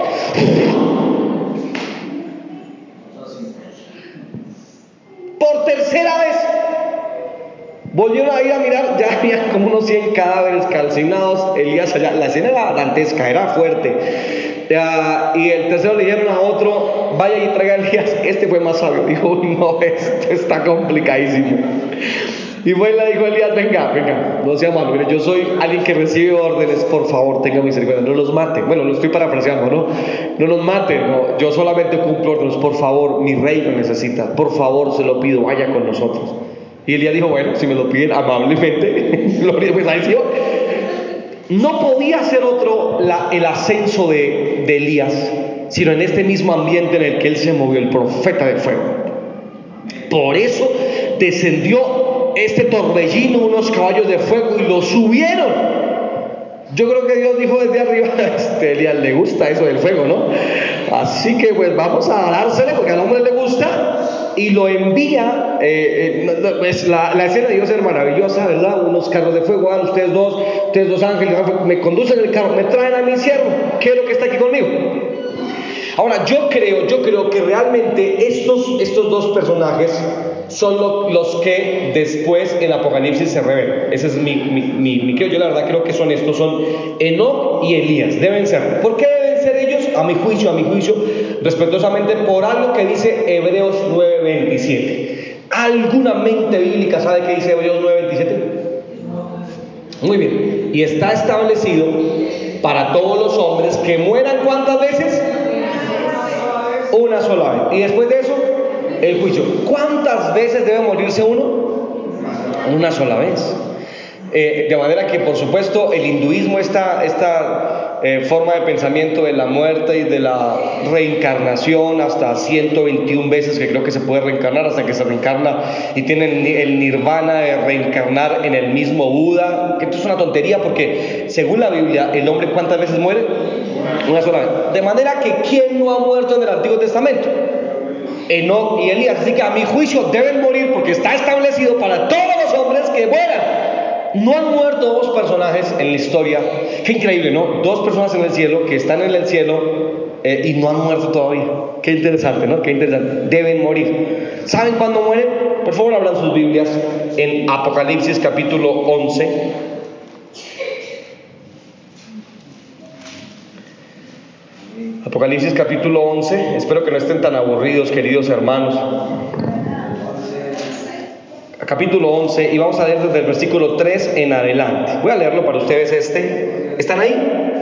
Por tercera vez volvieron a ir a mirar, ya había como unos 100 cadáveres calcinados. Elías allá, la escena era dantesca, era fuerte. Y el tercero le dijeron a otro, vaya y traiga a Elías. Este fue más sabio, dijo, no, esto está complicadísimo. Y fue y le dijo a Elías, venga, no sea malo, mire, yo soy alguien que recibe órdenes, por favor, tenga misericordia, no los mate. Bueno, lo estoy parafraseando, no los mate, no, yo solamente cumplo órdenes, por favor, mi rey lo necesita, por favor, se lo pido, vaya con nosotros. Y Elías dijo, bueno, si me lo piden amablemente, pues ahí sí. No podía ser otro el ascenso de Elías, sino en este mismo ambiente en el que él se movió, el profeta de fuego. Por eso descendió este torbellino, unos caballos de fuego, y lo subieron. Yo creo que Dios dijo desde arriba, Elías le gusta eso del fuego, ¿no? Así que pues vamos a dársele porque al hombre le gusta, y lo envía. Pues la escena de Dios es maravillosa, ¿verdad? Unos carros de fuego, ustedes dos ángeles, me conducen el carro, me traen a mi siervo, ¿qué es lo que está aquí conmigo? Ahora, yo creo que realmente estos dos personajes son los que después en Apocalipsis se revelan. Ese es mi creo. Yo la verdad creo que son Enoc y Elías. Deben ser. ¿Por qué deben ser ellos? A mi juicio, respetuosamente, por algo que dice Hebreos 9:27. ¿Alguna mente bíblica sabe qué dice Hebreos 9:27? Muy bien. Y está establecido para todos los hombres que mueran, ¿cuántas veces? Una sola vez. Y después de eso, el juicio. ¿Cuántas veces debe morirse uno? una sola vez. De manera que, por supuesto, el hinduismo, esta forma de pensamiento de la muerte y de la reencarnación, hasta 121 veces que creo que se puede reencarnar, hasta que se reencarna y tienen el nirvana de reencarnar en el mismo Buda, que esto es una tontería porque según la Biblia, el hombre ¿cuántas veces muere? Una sola vez. De manera que ¿quién no ha muerto en el Antiguo Testamento? Enoc y Elías. Así que a mi juicio deben morir porque está establecido para todos los hombres que mueran. No han muerto dos personajes en la historia. Qué increíble, ¿no? Dos personas en el cielo que están en el cielo y no han muerto todavía. Qué interesante, ¿no? Qué interesante. Deben morir. ¿Saben cuándo mueren? Por favor, abran sus Biblias en Apocalipsis capítulo 11. Apocalipsis capítulo 11. Espero que no estén tan aburridos, queridos hermanos. Capítulo 11, y vamos a leer desde el versículo 3 en adelante. Voy a leerlo para ustedes. ¿Están ahí?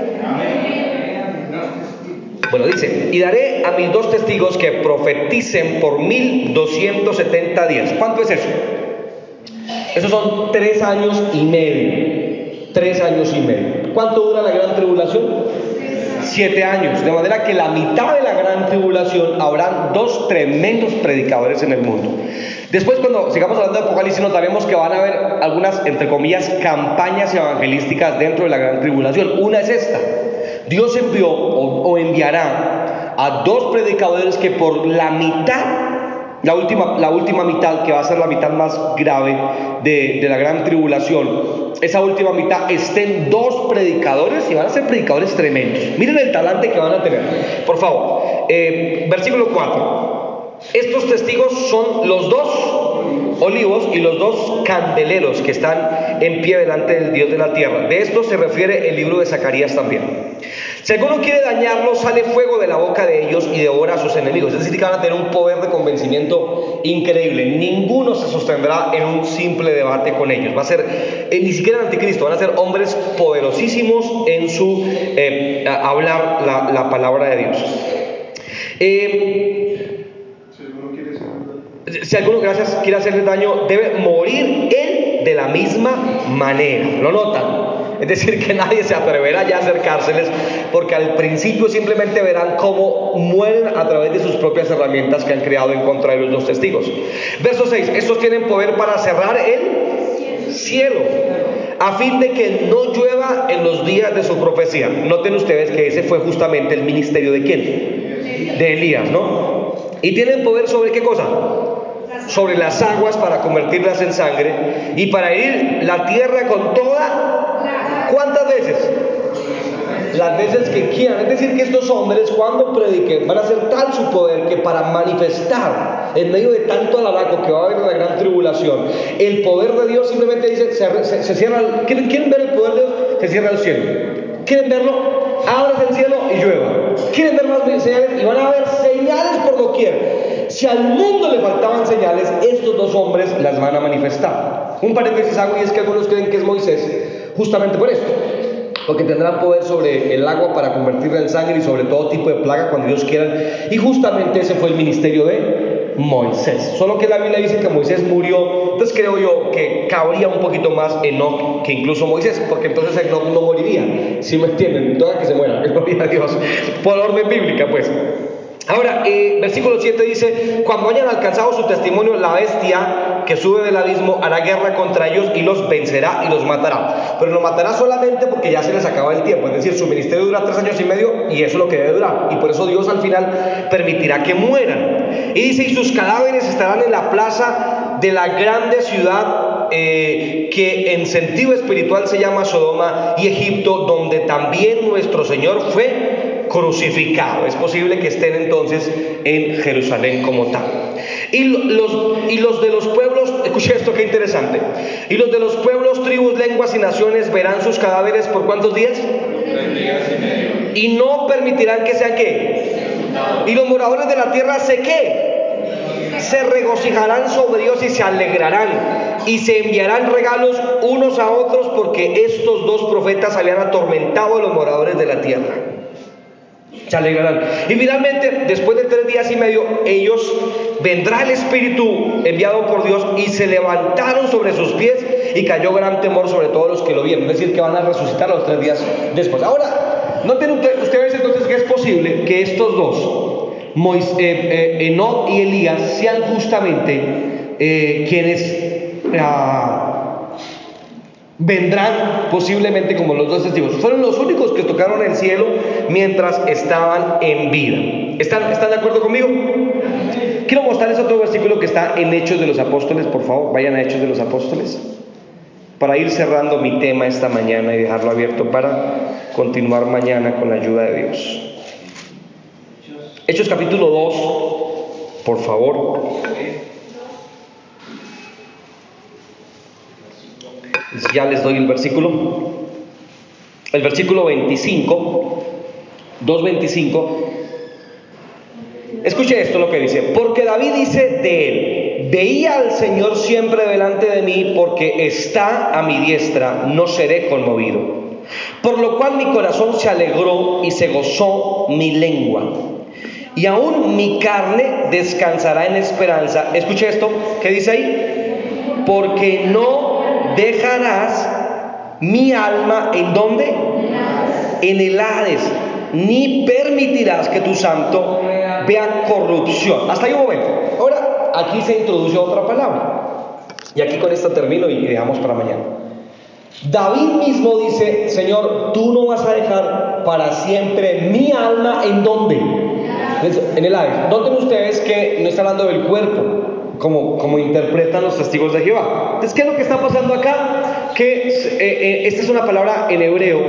Bueno, dice: y daré a mis 2 testigos que profeticen por 1270 días. ¿Cuánto es eso? Esos son 3 años y medio. 3 años y medio. ¿Cuánto dura la gran tribulación? 7 años. De manera que la mitad de la gran tribulación habrán 2 tremendos predicadores en el mundo. Después, cuando sigamos hablando de Apocalipsis, notaremos que van a haber algunas, entre comillas, campañas evangelísticas dentro de la gran tribulación. Una es esta: Dios envió o enviará a 2 predicadores que por la mitad, la última mitad, que va a ser la mitad más grave de la gran tribulación, esa última mitad estén 2 predicadores, y van a ser predicadores tremendos. Miren el talante que van a tener, por favor. Versículo 4. Estos testigos son los 2 olivos y los 2 candeleros que están en pie delante del Dios de la tierra. De esto se refiere el libro de Zacarías también. Si alguno quiere dañarlos, sale fuego de la boca de ellos y devora a sus enemigos. Es decir, que van a tener un poder de convencimiento increíble. Ninguno se sostendrá en un simple debate con ellos. Va a ser, ni siquiera el anticristo, van a ser hombres poderosísimos en su hablar la palabra de Dios. Si alguno, gracias, quiere hacerle daño, debe morir él de la misma manera. ¿Lo notan? Es decir, que nadie se atreverá ya a acercárseles, porque al principio simplemente verán cómo mueren a través de sus propias herramientas que han creado en contra de los 2 testigos. Verso 6. Estos tienen poder para cerrar el cielo, a fin de que no llueva en los días de su profecía. Noten ustedes que ese fue justamente el ministerio ¿de quién? De Elías, ¿no? Y tienen poder ¿sobre qué cosa? Sobre las aguas, para convertirlas en sangre, y para herir la tierra con toda. ¿Cuántas veces? Las veces que quieran. Es decir, que estos hombres, cuando prediquen, van a ser tal su poder que para manifestar en medio de tanto alaraco que va a haber en la gran tribulación, el poder de Dios simplemente dice, se cierra. ¿Quieren ver el poder de Dios? Se cierra el cielo. ¿Quieren verlo? Ábrase el cielo y llueva. ¿Quieren ver más señales? Y van a haber señales por doquier. Si al mundo le faltaban señales, estos 2 hombres las van a manifestar. Un paréntesis hago, y es que algunos creen que es Moisés, justamente por esto, porque tendrán poder sobre el agua para convertirla en sangre y sobre todo tipo de plaga cuando Dios quiera. Y justamente ese fue el ministerio de Moisés. Solo que la Biblia dice que Moisés murió. Entonces creo yo que cabría un poquito más Enoc que incluso Moisés, porque entonces Enoc no moriría. ¿Sí me entienden? Toda que se muera, gloria a Dios, por orden bíblica, pues. Ahora, versículo 7 dice: cuando hayan alcanzado su testimonio, la bestia que sube del abismo hará guerra contra ellos y los vencerá y los matará. Pero los matará solamente porque ya se les acaba el tiempo. Es decir, su ministerio dura 3 años y medio, y eso es lo que debe durar. Y por eso Dios al final permitirá que mueran. Y dice: y sus cadáveres estarán en la plaza de la grande ciudad, que en sentido espiritual se llama Sodoma y Egipto, donde también nuestro Señor fue crucificado. Es posible que estén entonces en Jerusalén como tal. Y los de los pueblos, escuche esto, qué interesante. Y los de los pueblos, tribus, lenguas y naciones verán sus cadáveres por ¿cuántos días? 3 días y medio. Y no permitirán que sean ¿qué? Y los moradores de la tierra se regocijarán sobre ellos y se alegrarán y se enviarán regalos unos a otros, porque estos 2 profetas habían atormentado a los moradores de la tierra. Se alegrarán. Y finalmente, después de 3 días y medio, ellos vendrá el Espíritu enviado por Dios y se levantaron sobre sus pies y cayó gran temor sobre todos los que lo vieron. Es decir, que van a resucitar los 3 días después. Ahora, noten ustedes entonces que es posible que estos dos, Enoc y Elías, sean justamente quienes vendrán posiblemente como los 2 testigos. Fueron los únicos que tocaron el cielo mientras estaban en vida. ¿Están de acuerdo conmigo? Quiero mostrarles otro versículo que está en Hechos de los Apóstoles. Por favor, vayan a Hechos de los Apóstoles, para ir cerrando mi tema esta mañana y dejarlo abierto para continuar mañana con la ayuda de Dios. Hechos capítulo 2, por favor. Ya les doy el versículo 25, 2:25. Escuche esto lo que dice: porque David dice de él: veía al Señor siempre delante de mí, porque está a mi diestra, no seré conmovido. Por lo cual mi corazón se alegró y se gozó mi lengua, y aún mi carne descansará en esperanza. Escuche esto, ¿qué dice ahí? Porque no dejarás mi alma, ¿en dónde? En el Hades, ni permitirás que tu santo vea corrupción. Hasta ahí un momento. Ahora, aquí se introduce otra palabra, y aquí con esta termino y dejamos para mañana. David mismo dice: Señor, tú no vas a dejar para siempre mi alma, ¿en dónde? En el Hades. Noten ustedes que no está hablando del cuerpo, como interpretan los testigos de Jehová. Entonces, ¿qué es lo que está pasando acá? Que esta es una palabra en hebreo,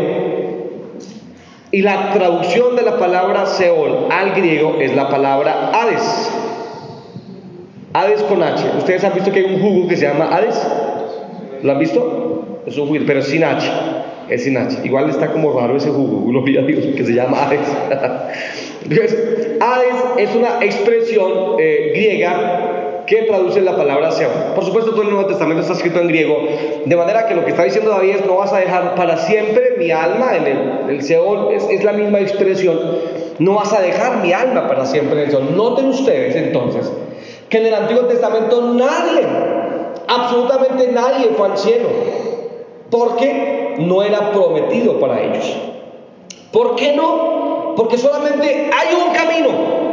y la traducción de la palabra Seol al griego es la palabra Hades. Hades con H. ¿Ustedes han visto que hay un jugo que se llama Hades? ¿Lo han visto? Es un jugo, pero sin H. Es sin H. Igual está como raro ese jugo, gloria a Dios, que se llama Hades. Entonces, Hades es una expresión griega que traduce la palabra Seol. Por supuesto, todo el Nuevo Testamento está escrito en griego, de manera que lo que está diciendo David es: no vas a dejar para siempre mi alma en el Seol. Es la misma expresión: no vas a dejar mi alma para siempre en el Seol. Noten ustedes entonces que en el Antiguo Testamento nadie, absolutamente nadie, fue al cielo, porque no era prometido para ellos. ¿Por qué no? Porque solamente hay un camino.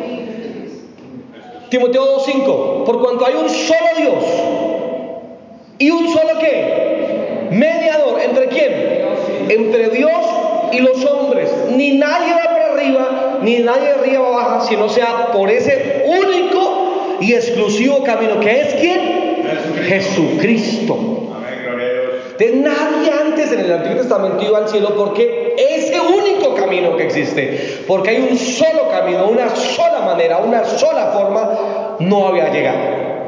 Timoteo 2:5: por cuanto hay un solo Dios y un solo ¿qué? Mediador. ¿Entre quién? Entre Dios y los hombres. Ni nadie va para arriba, ni nadie de arriba va abajo, sino sea por ese único y exclusivo camino, que es ¿quién? Jesucristo. Amén, gloria a Dios. De nadie antes en el Antiguo Testamento iba al cielo, porque ese único camino que existe, porque hay un solo camino, una sola manera, una sola forma, no había llegado.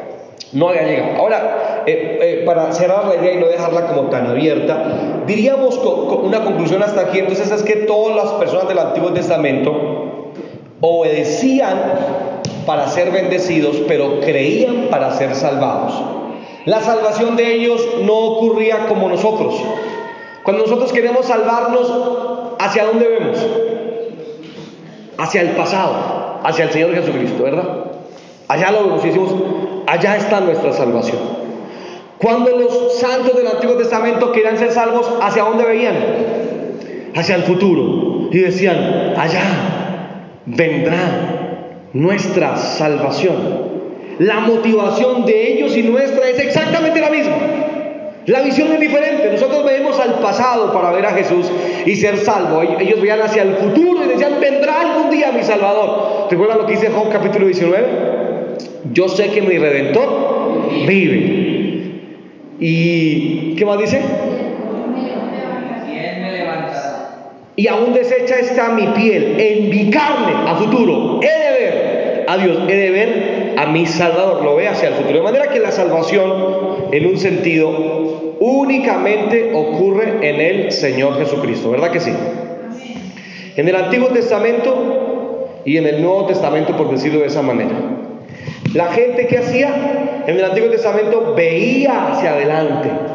Ahora, para cerrar la idea y no dejarla como tan abierta, diríamos con una conclusión hasta aquí. Entonces, es que todas las personas del Antiguo Testamento obedecían para ser bendecidos, pero creían para ser salvados. La salvación de ellos no ocurría como nosotros. Cuando nosotros queremos salvarnos, ¿hacia dónde vemos? Hacia el pasado, hacia el Señor Jesucristo, ¿verdad? Allá lo vemos y decimos: allá está nuestra salvación. Cuando los santos del Antiguo Testamento querían ser salvos, ¿hacia dónde veían? Hacia el futuro. Y decían: allá vendrá nuestra salvación. La motivación de ellos y nuestra es exactamente la misma. La visión es diferente. Nosotros vemos al pasado para ver a Jesús y ser salvo. Ellos veían hacia el futuro y decían: vendrá algún día mi Salvador. ¿Recuerdan lo que dice Job capítulo 19? Yo sé que mi Redentor vive. ¿Y qué más dice? ¿Quién me levantará? Y aún deshecha está mi piel, en mi carne, a futuro, he de ver a Dios, he de ver a mi Salvador. Lo ve hacia el futuro. De manera que la salvación, en un sentido, únicamente ocurre en el Señor Jesucristo, ¿verdad que sí? En el Antiguo Testamento y en el Nuevo Testamento, por decirlo de esa manera. La gente que hacía en el Antiguo Testamento veía hacia adelante,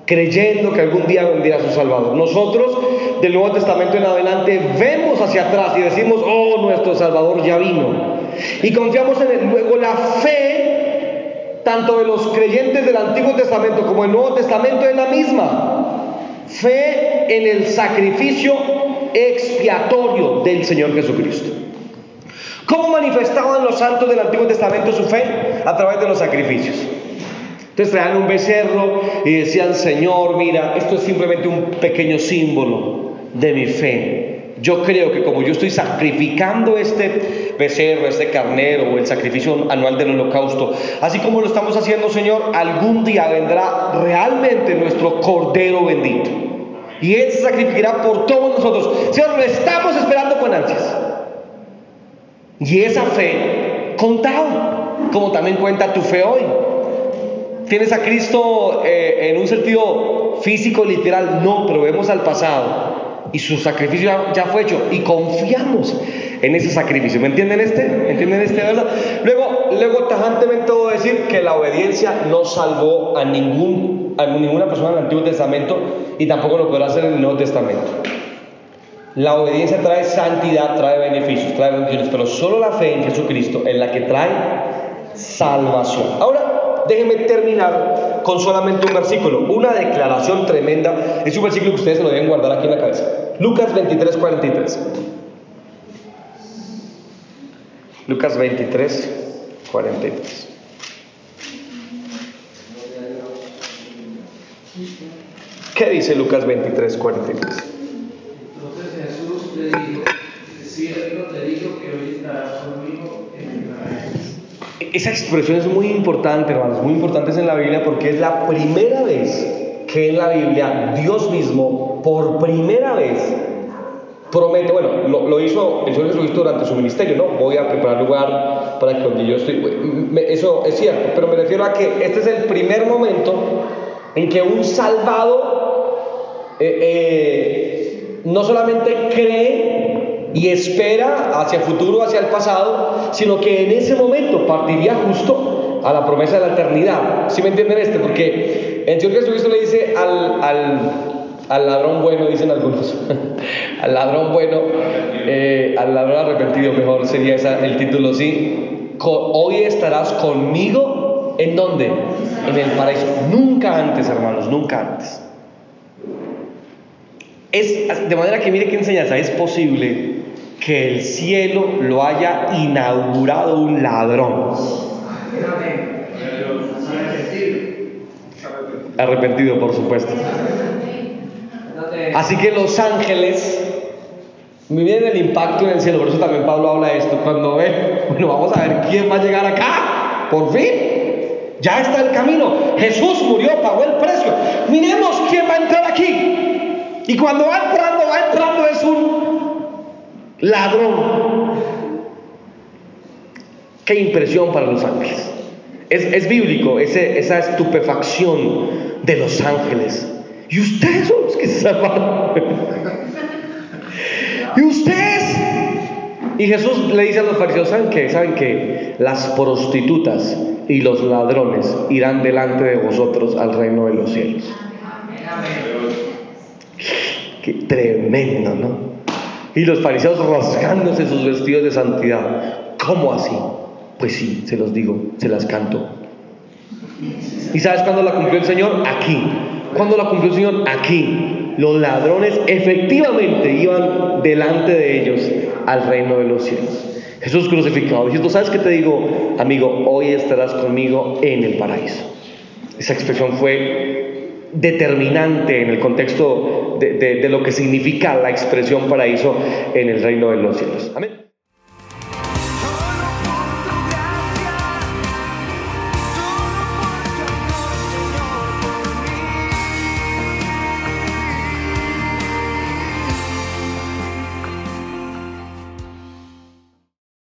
creyendo que algún día vendría su Salvador. Nosotros del Nuevo Testamento en adelante vemos hacia atrás y decimos, oh, nuestro Salvador ya vino, y confiamos en él. Luego la fe, tanto de los creyentes del Antiguo Testamento como del Nuevo Testamento, es la misma: fe en el sacrificio expiatorio del Señor Jesucristo. ¿Cómo manifestaban los santos del Antiguo Testamento su fe? A través de los sacrificios. Entonces traían un becerro y decían, Señor, mira, esto es simplemente un pequeño símbolo de mi fe. Yo creo que como yo estoy sacrificando este becerro, este carnero, o el sacrificio anual del holocausto, así como lo estamos haciendo, Señor, algún día vendrá realmente nuestro Cordero bendito, y Él se sacrificará por todos nosotros. Señor, lo estamos esperando con ansias. Y esa fe contaba, como también cuenta tu fe hoy. ¿Tienes a Cristo en un sentido físico, literal? No, pero vemos al pasado y su sacrificio ya fue hecho y confiamos en ese sacrificio. ¿Me entienden ¿Entienden verdad? Luego tajantemente debo decir que la obediencia no salvó a ninguna persona en el Antiguo Testamento, y tampoco lo podrá hacer en el Nuevo Testamento. La obediencia trae santidad, trae beneficios, trae bendiciones, pero solo la fe en Jesucristo es la que trae salvación. Ahora, déjenme terminar con solamente un versículo, una declaración tremenda. Es un versículo que ustedes se lo deben guardar aquí en la cabeza. Lucas 23:43. Lucas 23:43. ¿Qué dice Lucas 23:43? Entonces Jesús le dijo, de cierto te digo que hoy estarás conmigo en el paraíso. Esa expresión es muy importante, hermanos, muy importante en la Biblia, porque es la primera vez que en la Biblia Dios mismo, por primera vez, promete. Bueno, lo hizo el Señor Jesucristo durante su ministerio, ¿no? Voy a preparar lugar para que donde yo estoy. Eso es cierto, pero me refiero a que este es el primer momento en que un salvado no solamente cree y espera hacia el futuro, hacia el pasado, sino que en ese momento partiría justo a la promesa de la eternidad. ¿Sí me entienden Porque el Señor Jesucristo le dice al ladrón bueno, dicen algunos, al ladrón bueno, al ladrón arrepentido, mejor sería el título, ¿sí? Hoy estarás conmigo, ¿en dónde? En el paraíso. Nunca antes, hermanos, nunca antes. De manera que mire qué enseñanza. Es posible que el cielo lo haya inaugurado un ladrón. Arrepentido, por supuesto. Así que los ángeles, miren el impacto en el cielo. Por eso también Pablo habla de esto. Cuando bueno, vamos a ver quién va a llegar acá. Por fin, ya está el camino. Jesús murió, pagó el precio. Miremos quién va a entrar aquí. Y cuando va entrando es un ladrón. Qué impresión para los ángeles. Es bíblico esa estupefacción de los ángeles. Y ustedes son los que se salvaron. Y ustedes. Y Jesús le dice a los fariseos, ¿saben qué? Las prostitutas y los ladrones irán delante de vosotros al reino de los cielos. Qué tremendo, ¿no? Y los fariseos rasgándose sus vestidos de santidad. ¿Cómo así? Pues sí, se los digo, se las canto. ¿Y sabes cuándo la cumplió el Señor? Aquí. ¿Cuándo la cumplió el Señor? Aquí. Los ladrones efectivamente iban delante de ellos al reino de los cielos. Jesús crucificado diciendo, ¿sabes qué te digo, amigo? Hoy estarás conmigo en el paraíso. Esa expresión fue determinante en el contexto de lo que significa la expresión paraíso en el reino de los cielos. Amén.